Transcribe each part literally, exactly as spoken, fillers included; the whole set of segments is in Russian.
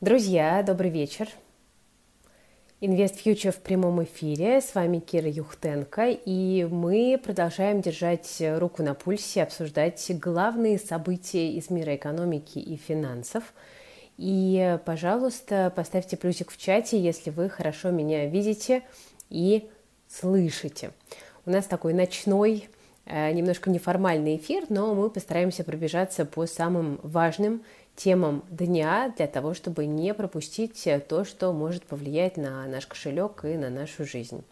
Друзья, добрый вечер. Invest Future в прямом эфире. С вами Кира Юхтенко, и мы продолжаем держать руку на пульсе, обсуждать главные события из мира экономики и финансов. И, пожалуйста, поставьте плюсик в чате, если вы хорошо меня видите и слышите. У нас такой ночной, немножко неформальный эфир, но мы постараемся пробежаться по самым важным темам дня для того, чтобы не пропустить то, что может повлиять на наш кошелек и на нашу жизнь.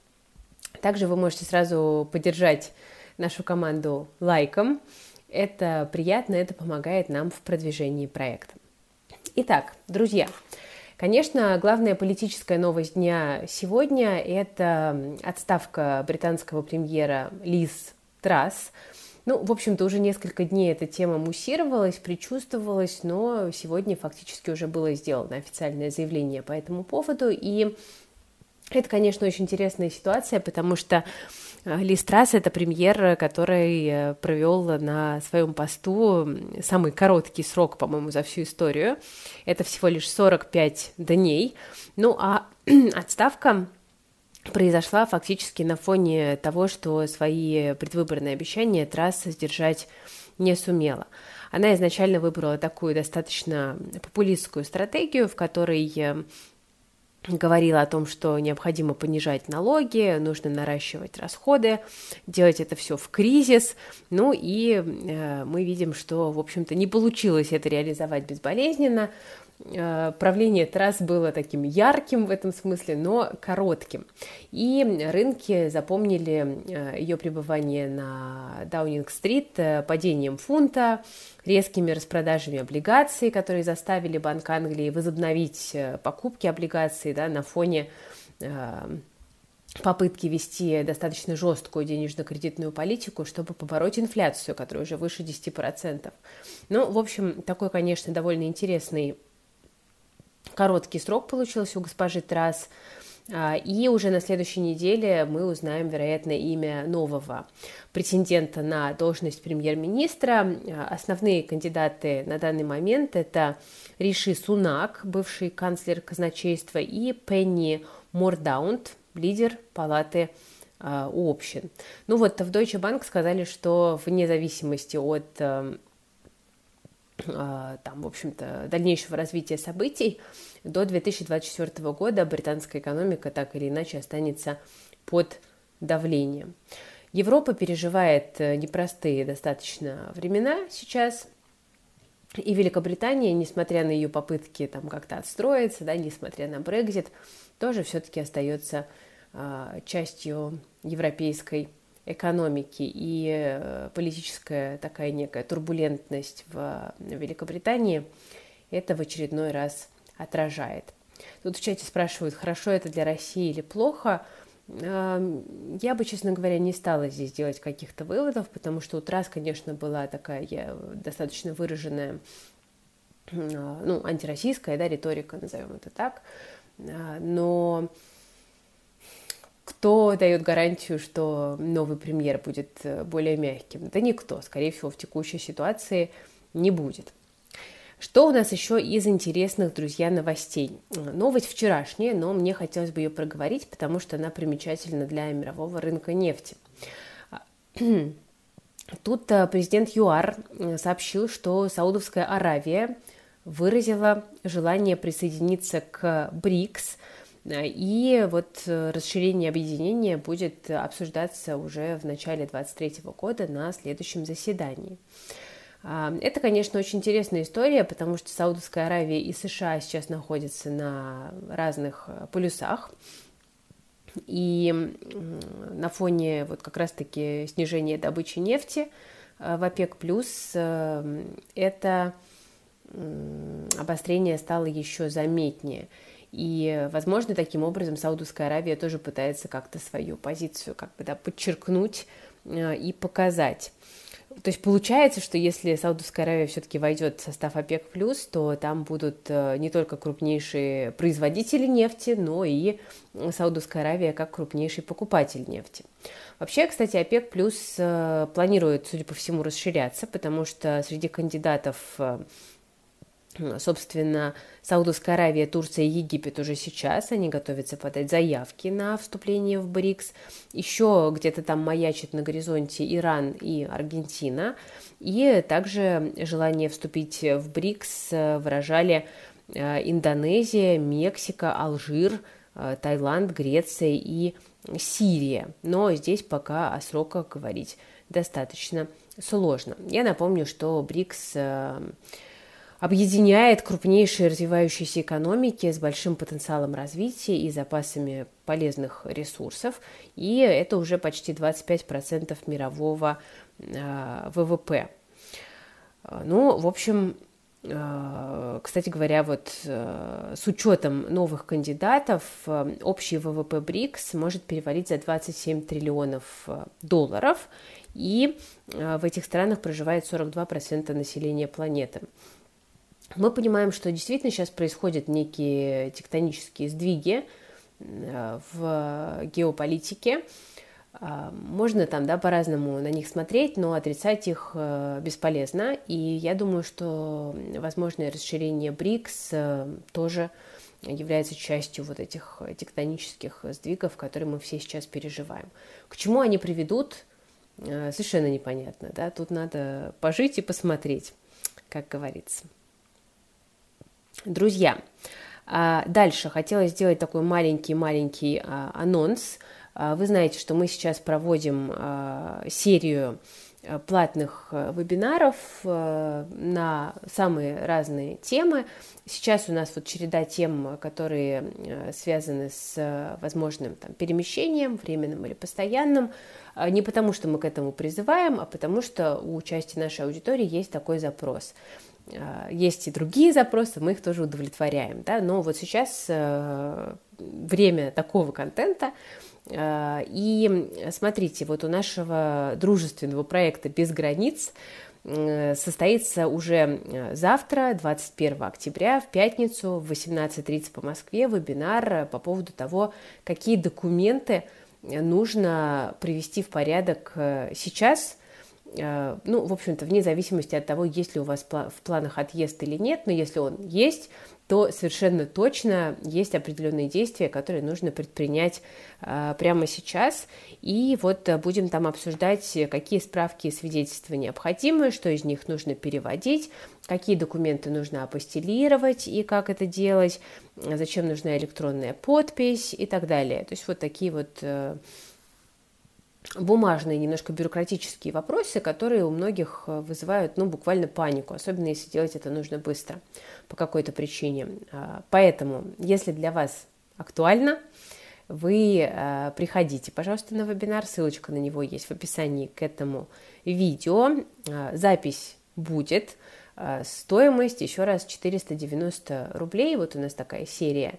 Также вы можете сразу поддержать нашу команду лайком. Это приятно, это помогает нам в продвижении проекта. Итак, друзья, конечно, главная политическая новость дня сегодня – это отставка британского премьера Лиз Трасс. Ну, в общем-то, уже несколько дней эта тема муссировалась, предчувствовалась, но сегодня фактически уже было сделано официальное заявление по этому поводу. И это, конечно, очень интересная ситуация, потому что Лиз Трасс – это премьер, который провел на своем посту самый короткий срок, по-моему, за всю историю. Это всего лишь сорок пять дней. Ну, а отставка произошла фактически на фоне того, что свои предвыборные обещания Трасс сдержать не сумела. Она изначально выбрала такую достаточно популистскую стратегию, в которой говорила о том, что необходимо понижать налоги, нужно наращивать расходы, делать это все в кризис. Ну и э, мы видим, что, в общем-то, не получилось это реализовать безболезненно. Правление Трасс было таким ярким в этом смысле, но коротким. И рынки запомнили ее пребывание на Даунинг-стрит падением фунта, резкими распродажами облигаций, которые заставили Банк Англии возобновить покупки облигаций, да, на фоне попытки вести достаточно жесткую денежно-кредитную политику, чтобы побороть инфляцию, которая уже выше десяти процентов. Ну, в общем, такой, конечно, довольно интересный короткий срок получился у госпожи Трасс, и уже на следующей неделе мы узнаем, вероятно, имя нового претендента на должность премьер-министра. Основные кандидаты на данный момент – это Риши Сунак, бывший канцлер казначейства, и Пенни Мордаунд, лидер палаты общин. Ну вот в Deutsche Bank сказали, что вне зависимости от там, в общем-то, дальнейшего развития событий, до две тысячи двадцать четвёртого года британская экономика так или иначе останется под давлением. Европа переживает непростые достаточно времена сейчас, и Великобритания, несмотря на ее попытки там как-то отстроиться, да, несмотря на Брексит, тоже все-таки остается а, частью европейской экономики, и политическая такая некая турбулентность в Великобритании это в очередной раз отражает. Тут в чате спрашивают, хорошо это для России или плохо. Я бы, честно говоря, не стала здесь делать каких-то выводов, потому что у Трасс, конечно, была такая достаточно выраженная, ну, антироссийская, да, риторика, назовем это так, но кто дает гарантию, что новый премьер будет более мягким? Да никто, скорее всего, в текущей ситуации не будет. Что у нас еще из интересных, друзья, новостей? Новость вчерашняя, но мне хотелось бы ее проговорить, потому что она примечательна для мирового рынка нефти. Тут президент ЮАР сообщил, что Саудовская Аравия выразила желание присоединиться к БРИКС, и вот расширение объединения будет обсуждаться уже в начале две тысячи двадцать третьего года на следующем заседании. Это, конечно, очень интересная история, потому что Саудовская Аравия и США сейчас находятся на разных полюсах. И на фоне вот как раз-таки снижения добычи нефти в ОПЕК+, это обострение стало еще заметнее. И, возможно, таким образом Саудовская Аравия тоже пытается как-то свою позицию как бы, да, подчеркнуть и показать. То есть получается, что если Саудовская Аравия все-таки войдет в состав ОПЕК+, то там будут не только крупнейшие производители нефти, но и Саудовская Аравия как крупнейший покупатель нефти. Вообще, кстати, ОПЕК+ планирует, судя по всему, расширяться, потому что среди кандидатов Собственно, Саудовская Аравия, Турция и Египет уже сейчас, они готовятся подать заявки на вступление в БРИКС. Еще где-то там маячит на горизонте Иран и Аргентина. И также желание вступить в БРИКС выражали Индонезия, Мексика, Алжир, Таиланд, Греция и Сирия. Но здесь пока о сроках говорить достаточно сложно. Я напомню, что БРИКС объединяет крупнейшие развивающиеся экономики с большим потенциалом развития и запасами полезных ресурсов, и это уже почти двадцать пять процентов мирового э, ВВП. Ну, в общем, э, кстати говоря, вот э, с учетом новых кандидатов, э, общий ВВП БРИКС может перевалить за двадцать семь триллионов долларов, и э, в этих странах проживает сорок два процента населения планеты. Мы понимаем, что действительно сейчас происходят некие тектонические сдвиги в геополитике. Можно там, да, по-разному на них смотреть, но отрицать их бесполезно. И я думаю, что возможное расширение БРИКС тоже является частью вот этих тектонических сдвигов, которые мы все сейчас переживаем. К чему они приведут, совершенно непонятно. Да? Тут надо пожить и посмотреть, как говорится. Друзья, дальше хотела сделать такой маленький-маленький анонс. Вы знаете, что мы сейчас проводим серию платных вебинаров на самые разные темы. Сейчас у нас вот череда тем, которые связаны с возможным там, перемещением, временным или постоянным. Не потому, что мы к этому призываем, а потому, что у части нашей аудитории есть такой запрос. Есть и другие запросы, мы их тоже удовлетворяем, да? Но вот сейчас время такого контента. И смотрите, вот у нашего дружественного проекта «Без границ» состоится уже завтра, двадцать первого октября, в пятницу в восемнадцать тридцать по Москве вебинар по поводу того, какие документы нужно привести в порядок сейчас. Ну, в общем-то, вне зависимости от того, есть ли у вас в планах отъезд или нет, но если он есть, то совершенно точно есть определенные действия, которые нужно предпринять прямо сейчас. И вот будем там обсуждать, какие справки и свидетельства необходимы, что из них нужно переводить, какие документы нужно апостилировать и как это делать, зачем нужна электронная подпись и так далее. То есть вот такие вот бумажные, немножко бюрократические вопросы, которые у многих вызывают, ну, буквально панику, особенно если делать это нужно быстро по какой-то причине. Поэтому, если для вас актуально, вы приходите, пожалуйста, на вебинар, ссылочка на него есть в описании к этому видео. Запись будет, стоимость, еще раз, четыреста девяносто рублей, вот у нас такая серия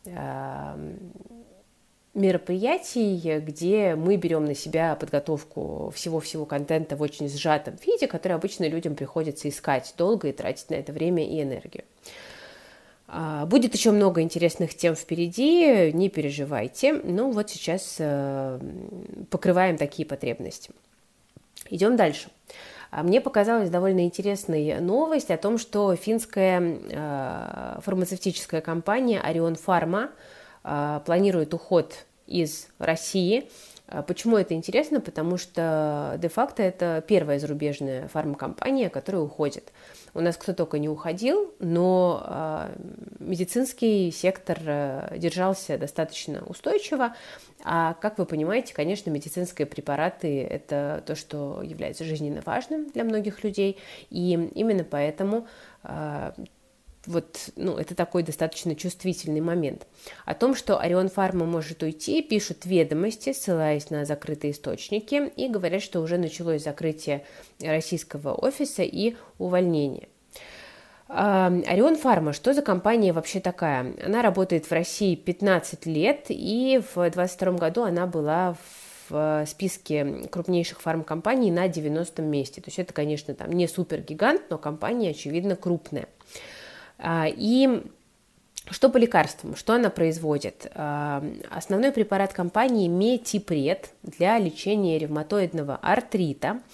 мероприятий, где мы берем на себя подготовку всего-всего контента в очень сжатом виде, который обычно людям приходится искать долго и тратить на это время и энергию. Будет еще много интересных тем впереди, не переживайте. Ну вот сейчас покрываем такие потребности. Идем дальше. Мне показалась довольно интересной новость о том, что финская фармацевтическая компания Orion Pharma планирует уход из России. Почему это интересно? Потому что де-факто это первая зарубежная фармкомпания, которая уходит. У нас кто только не уходил, но медицинский сектор держался достаточно устойчиво. А как вы понимаете, конечно, медицинские препараты – это то, что является жизненно важным для многих людей. И именно поэтому вот, ну, это такой достаточно чувствительный момент. О том, что Orion Pharma может уйти, пишут ведомости, ссылаясь на закрытые источники, и говорят, что уже началось закрытие российского офиса и увольнение. Orion Pharma, что за компания вообще такая? Она работает в России пятнадцать лет, и в двадцать втором году она была в списке крупнейших фармкомпаний на девяностом месте. То есть это, конечно, там не супергигант, но компания, очевидно, крупная. И что по лекарствам? Что она производит? Основной препарат компании метипред для лечения ревматоидного артрита.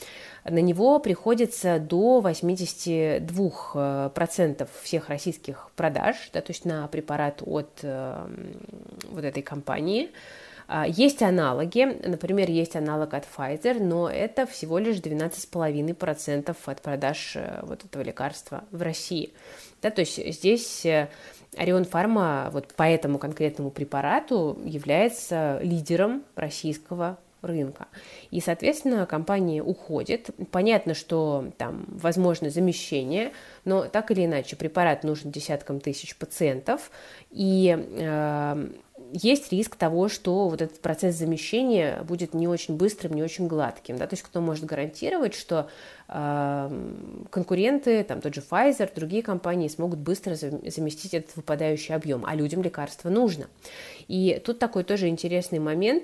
на него приходится до восемьдесят два процента всех российских продаж, да, то есть на препарат от э, вот этой компании. Есть аналоги, например, есть аналог от Pfizer, но это всего лишь двенадцать целых пять десятых процента от продаж вот этого лекарства в России. Да, то есть здесь Orion Pharma вот по этому конкретному препарату является лидером российского рынка. И, соответственно, компания уходит. Понятно, что там возможно замещение, но так или иначе препарат нужен десяткам тысяч пациентов, и э, есть риск того, что вот этот процесс замещения будет не очень быстрым, не очень гладким. Да? То есть кто может гарантировать, что э, конкуренты, там тот же Pfizer, другие компании смогут быстро заместить этот выпадающий объем, а людям лекарство нужно. И тут такой тоже интересный момент,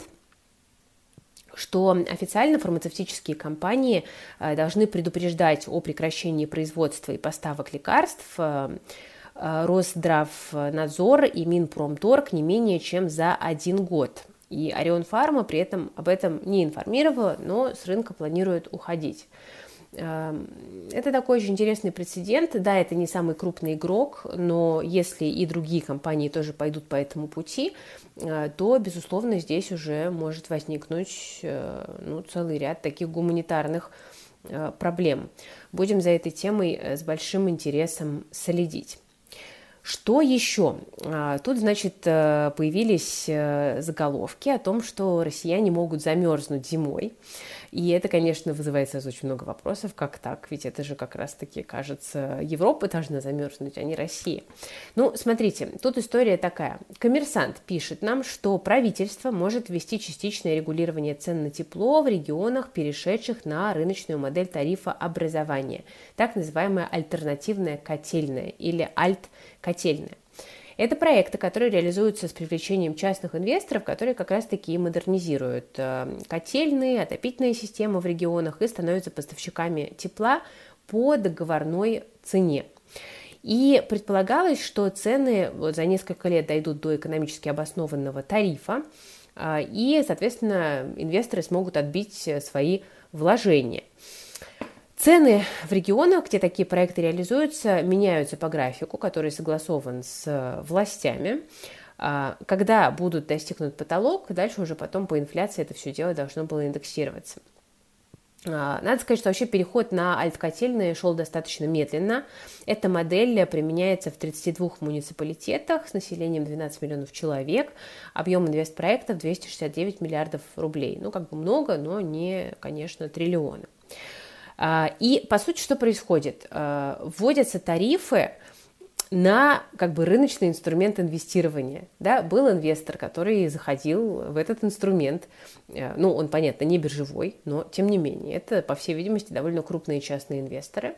что официально фармацевтические компании должны предупреждать о прекращении производства и поставок лекарств Росздравнадзор и Минпромторг не менее чем за один год. И Orion Pharma при этом об этом не информировала, но с рынка планирует уходить. Это такой очень интересный прецедент. Да, это не самый крупный игрок, но если и другие компании тоже пойдут по этому пути, то, безусловно, здесь уже может возникнуть ну, целый ряд таких гуманитарных проблем. Будем за этой темой с большим интересом следить. Что еще? Тут, значит, появились заголовки о том, что россияне могут замерзнуть зимой. И это, конечно, вызывает сразу очень много вопросов. Как так? Ведь это же как раз-таки, кажется, Европа должна замерзнуть, а не Россия. Ну, смотрите, тут история такая. Коммерсант пишет нам, что правительство может ввести частичное регулирование цен на тепло в регионах, перешедших на рыночную модель тарифа образования, так называемая альтернативная котельная или альт-котельная. Это проекты, которые реализуются с привлечением частных инвесторов, которые как раз-таки модернизируют котельные, отопительные системы в регионах и становятся поставщиками тепла по договорной цене. И предполагалось, что цены вот за несколько лет дойдут до экономически обоснованного тарифа, и, соответственно, инвесторы смогут отбить свои вложения. Цены в регионах, где такие проекты реализуются, меняются по графику, который согласован с властями. Когда будут достигнут потолок, дальше уже потом по инфляции это все дело должно было индексироваться. Надо сказать, что вообще переход на альткотельные шел достаточно медленно. Эта модель применяется в тридцати двух муниципалитетах с населением двенадцать миллионов человек. Объем инвестпроектов двести шестьдесят девять миллиардов рублей. Ну, как бы много, но не, конечно, триллионы. И, по сути, что происходит? Вводятся тарифы на как бы рыночный инструмент инвестирования. Да? Был инвестор, который заходил в этот инструмент. Ну, он, понятно, не биржевой, но, тем не менее, это, по всей видимости, довольно крупные частные инвесторы.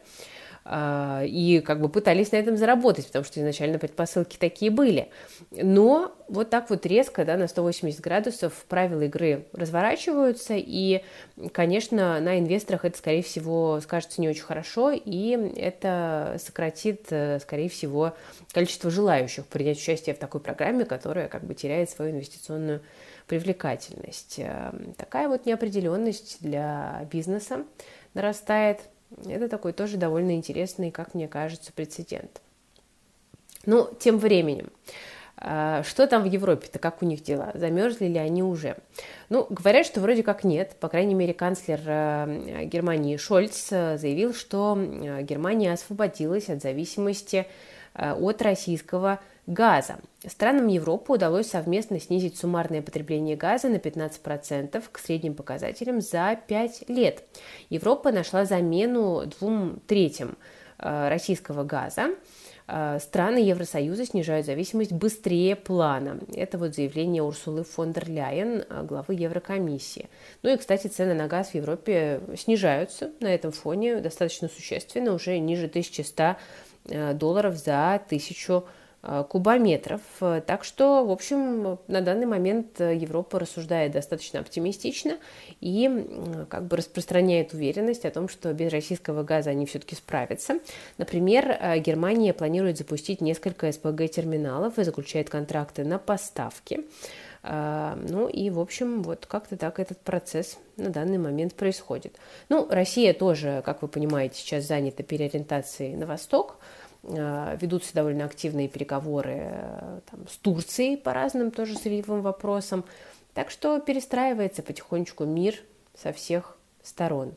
И как бы пытались на этом заработать, потому что изначально предпосылки такие были. Но вот так вот резко, да, на сто восемьдесят градусов правила игры разворачиваются, и, конечно, на инвесторах это, скорее всего, скажется не очень хорошо, и это сократит, скорее всего, количество желающих принять участие в такой программе, которая как бы теряет свою инвестиционную привлекательность. Такая вот неопределенность для бизнеса нарастает. Это такой тоже довольно интересный, как мне кажется, прецедент. Ну, тем временем, что там в Европе-то, как у них дела? Замерзли ли они уже? Ну, говорят, что вроде как нет. По крайней мере, канцлер Германии Шольц заявил, что Германия освободилась от зависимости от российского газа. Странам Европы удалось совместно снизить суммарное потребление газа на пятнадцать процентов к средним показателям за пять лет. Европа нашла замену двум третьим российского газа. Страны Евросоюза снижают зависимость быстрее плана. Это вот заявление Урсулы фон дер Ляйен, главы Еврокомиссии. Ну и, кстати, цены на газ в Европе снижаются на этом фоне достаточно существенно, уже ниже тысячи ста долларов за тысячу кубометров. Так что, в общем, на данный момент Европа рассуждает достаточно оптимистично и как бы распространяет уверенность о том, что без российского газа они все-таки справятся. Например, Германия планирует запустить несколько эс пэ гэ-терминалов и заключает контракты на поставки. Ну и, в общем, вот как-то так этот процесс на данный момент происходит. Ну, Россия тоже, как вы понимаете, сейчас занята переориентацией на восток. Ведутся довольно активные переговоры там, с Турцией по разным тоже сырьевым вопросам. Так что перестраивается потихонечку мир со всех сторон.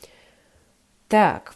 Так,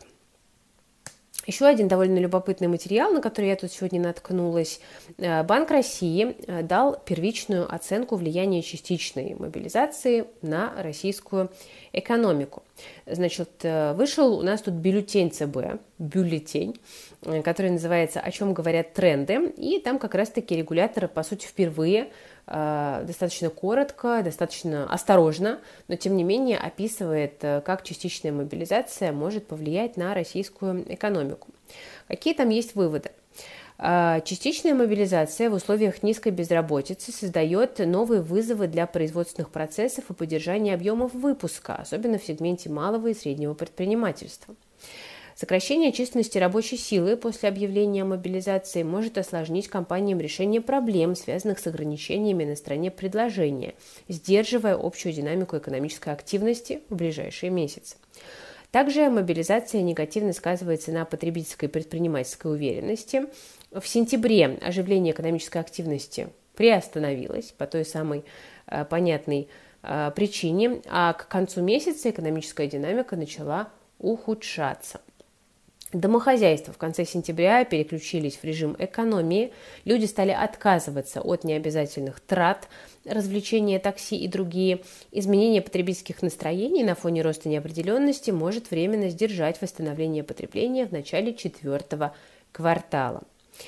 еще один довольно любопытный материал, на который я тут сегодня наткнулась. Банк России дал первичную оценку влияния частичной мобилизации на российскую экономику. Значит, вышел у нас тут бюллетень ЦБ, бюллетень, который называется «О чем говорят тренды», и там как раз-таки регулятор, по сути, впервые достаточно коротко, достаточно осторожно, но тем не менее описывает, как частичная мобилизация может повлиять на российскую экономику. Какие там есть выводы? Частичная мобилизация в условиях низкой безработицы создает новые вызовы для производственных процессов и поддержания объемов выпуска, особенно в сегменте малого и среднего предпринимательства. Сокращение численности рабочей силы после объявления о мобилизации может осложнить компаниям решение проблем, связанных с ограничениями на стороне предложения, сдерживая общую динамику экономической активности в ближайшие месяцы. Также мобилизация негативно сказывается на потребительской и предпринимательской уверенности. В сентябре оживление экономической активности приостановилось по той самой э, понятной э, причине, а к концу месяца экономическая динамика начала ухудшаться. Домохозяйства в конце сентября переключились в режим экономии, люди стали отказываться от необязательных трат, развлечения, такси и другие. Изменение потребительских настроений на фоне роста неопределенности может временно сдержать восстановление потребления в начале четвертого квартала.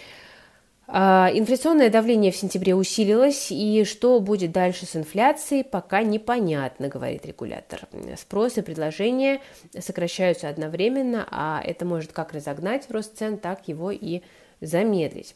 Инфляционное давление в сентябре усилилось, и что будет дальше с инфляцией, пока непонятно, говорит регулятор. Спрос и предложение сокращаются одновременно, а это может как разогнать рост цен, так его и замедлить.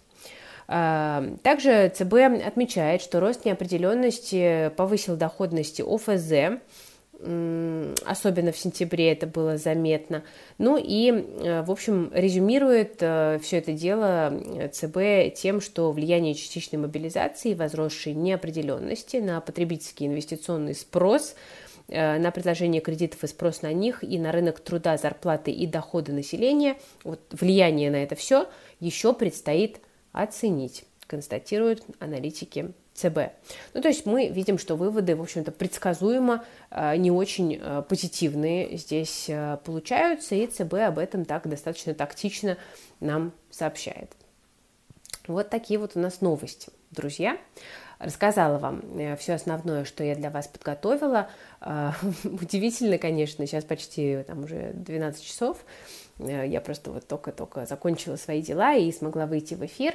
Также ЦБ отмечает, что рост неопределенности повысил доходности ОФЗ, особенно в сентябре это было заметно. Ну и, в общем, резюмирует все это дело ЦБ тем, что влияние частичной мобилизации и возросшей неопределенности на потребительский инвестиционный спрос, на предложение кредитов и спрос на них, и на рынок труда, зарплаты и доходы населения, вот влияние на это все еще предстоит оценить, констатируют аналитики ЦБ. Ну, то есть мы видим, что выводы, в общем-то, предсказуемо не очень позитивные здесь получаются, и ЦБ об этом так достаточно тактично нам сообщает. Вот такие вот у нас новости, друзья. Рассказала вам все основное, что я для вас подготовила. Удивительно, конечно, сейчас почти там уже двенадцать часов. Я просто вот только-только закончила свои дела и смогла выйти в эфир.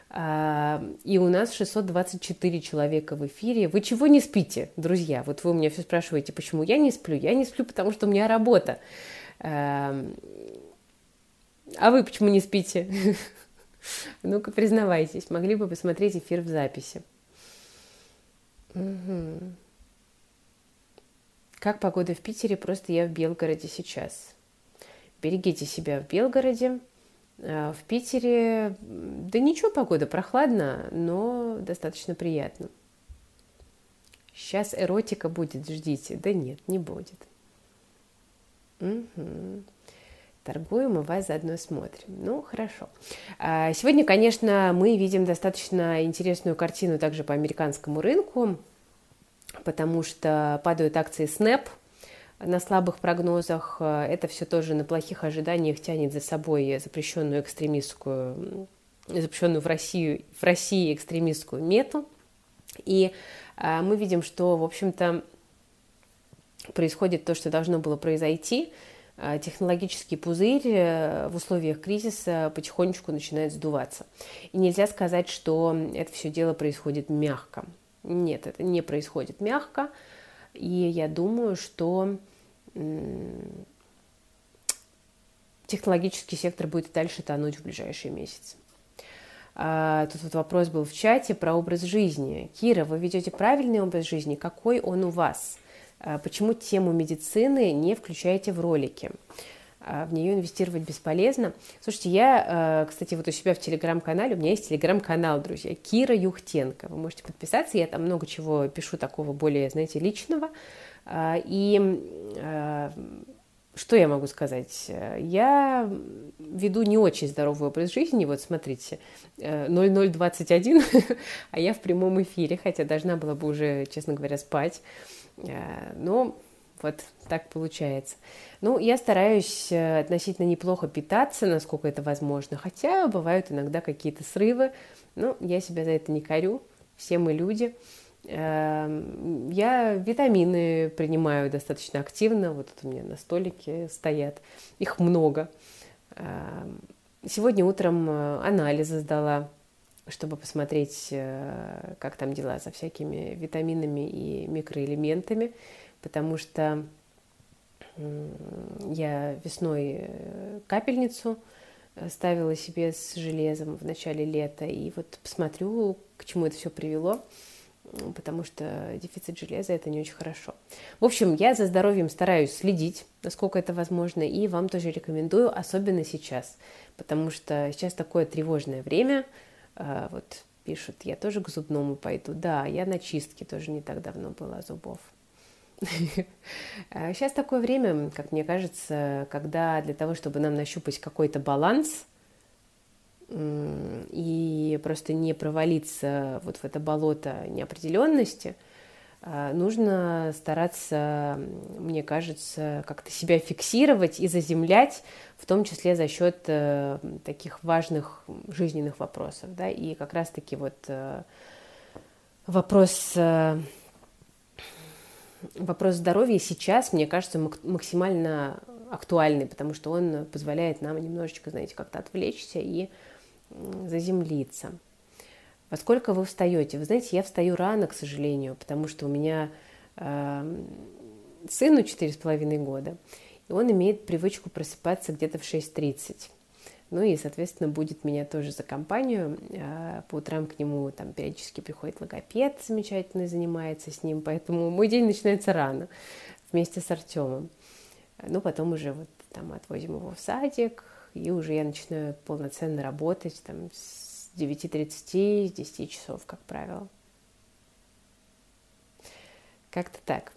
И у нас шестьсот двадцать четыре человека в эфире. Вы чего не спите, друзья? Вот вы у меня все спрашиваете, почему я не сплю. Я не сплю, потому что у меня работа. А вы почему не спите? Ну-ка, признавайтесь. Могли бы посмотреть эфир в записи. Угу. Как погода в Питере? Просто я в Белгороде сейчас. Берегите себя в Белгороде. В Питере, да ничего, погода прохладно, но достаточно приятно. Сейчас эротика будет, ждите. Да нет, не будет. Угу. Торгуем, и вас заодно смотрим. Ну, хорошо. Сегодня, конечно, мы видим достаточно интересную картину также по американскому рынку, потому что падают акции Snap на слабых прогнозах. Это все тоже на плохих ожиданиях тянет за собой запрещенную экстремистскую, запрещенную в России, в России экстремистскую мету. И а, мы видим, что, в общем-то, происходит то, что должно было произойти. А, технологический пузырь в условиях кризиса потихонечку начинает сдуваться. И нельзя сказать, что это все дело происходит мягко. Нет, это не происходит мягко. И я думаю, что технологический сектор будет дальше тонуть в ближайшие месяцы. Тут вот вопрос был в чате про образ жизни. Кира, вы ведете правильный образ жизни? Какой он у вас? Почему тему медицины не включаете в ролики? а в нее инвестировать бесполезно. Слушайте, я, кстати, вот у себя в телеграм-канале, у меня есть телеграм-канал, друзья, Кира Юхтенко. Вы можете подписаться, я там много чего пишу такого более, знаете, личного. И что я могу сказать? Я веду не очень здоровый образ жизни. Вот смотрите, ноль ноль двадцать один, а я в прямом эфире, хотя должна была бы уже, честно говоря, спать. Но вот так получается. Ну, я стараюсь относительно неплохо питаться, насколько это возможно. Хотя бывают иногда какие-то срывы. Но я себя за это не корю. Все мы люди. Я витамины принимаю достаточно активно. Вот тут у меня на столике стоят. Их много. Сегодня утром анализы сдала, чтобы посмотреть, как там дела со всякими витаминами и микроэлементами. Потому что я весной капельницу ставила себе с железом в начале лета. И вот посмотрю, к чему это все привело. Потому что дефицит железа – это не очень хорошо. В общем, я за здоровьем стараюсь следить, насколько это возможно, и вам тоже рекомендую, особенно сейчас, потому что сейчас такое тревожное время. Вот пишут, я тоже к зубному пойду. Да, я на чистке тоже не так давно была зубов. Сейчас такое время, как мне кажется, когда для того, чтобы нам нащупать какой-то баланс и просто не провалиться вот в это болото неопределенности, нужно стараться, мне кажется, как-то себя фиксировать и заземлять, в том числе за счет таких важных жизненных вопросов. Да? И как раз-таки вот вопрос, вопрос здоровья сейчас, мне кажется, максимально актуальный, потому что он позволяет нам немножечко, знаете, как-то отвлечься и заземлиться. Во сколько вы встаете? Вы знаете, я встаю рано, к сожалению, потому что у меня э, сыну четыре с половиной года, и он имеет привычку просыпаться где-то в шесть тридцать. Ну и, соответственно, будет меня тоже за компанию. Э, по утрам к нему там периодически приходит логопед замечательный, занимается с ним, поэтому мой день начинается рано вместе с Артемом. Ну, потом уже вот там отвозим его в садик, и уже я начинаю полноценно работать там, с девяти тридцати, с десяти часов, как правило. Как-то так.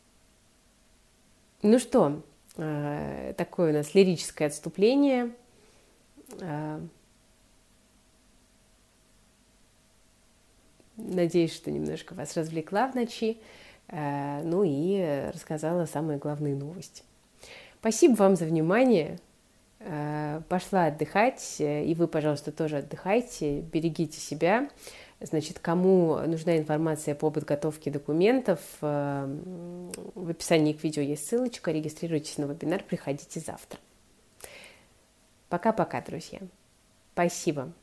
Ну что, такое у нас лирическое отступление. Надеюсь, что немножко вас развлекла в ночи. Ну и рассказала самые главные новости. Спасибо вам за внимание. Пошла отдыхать, и вы, пожалуйста, тоже отдыхайте, берегите себя. Значит, кому нужна информация по подготовке документов, в описании к видео есть ссылочка, регистрируйтесь на вебинар, приходите завтра. Пока-пока, друзья. Спасибо.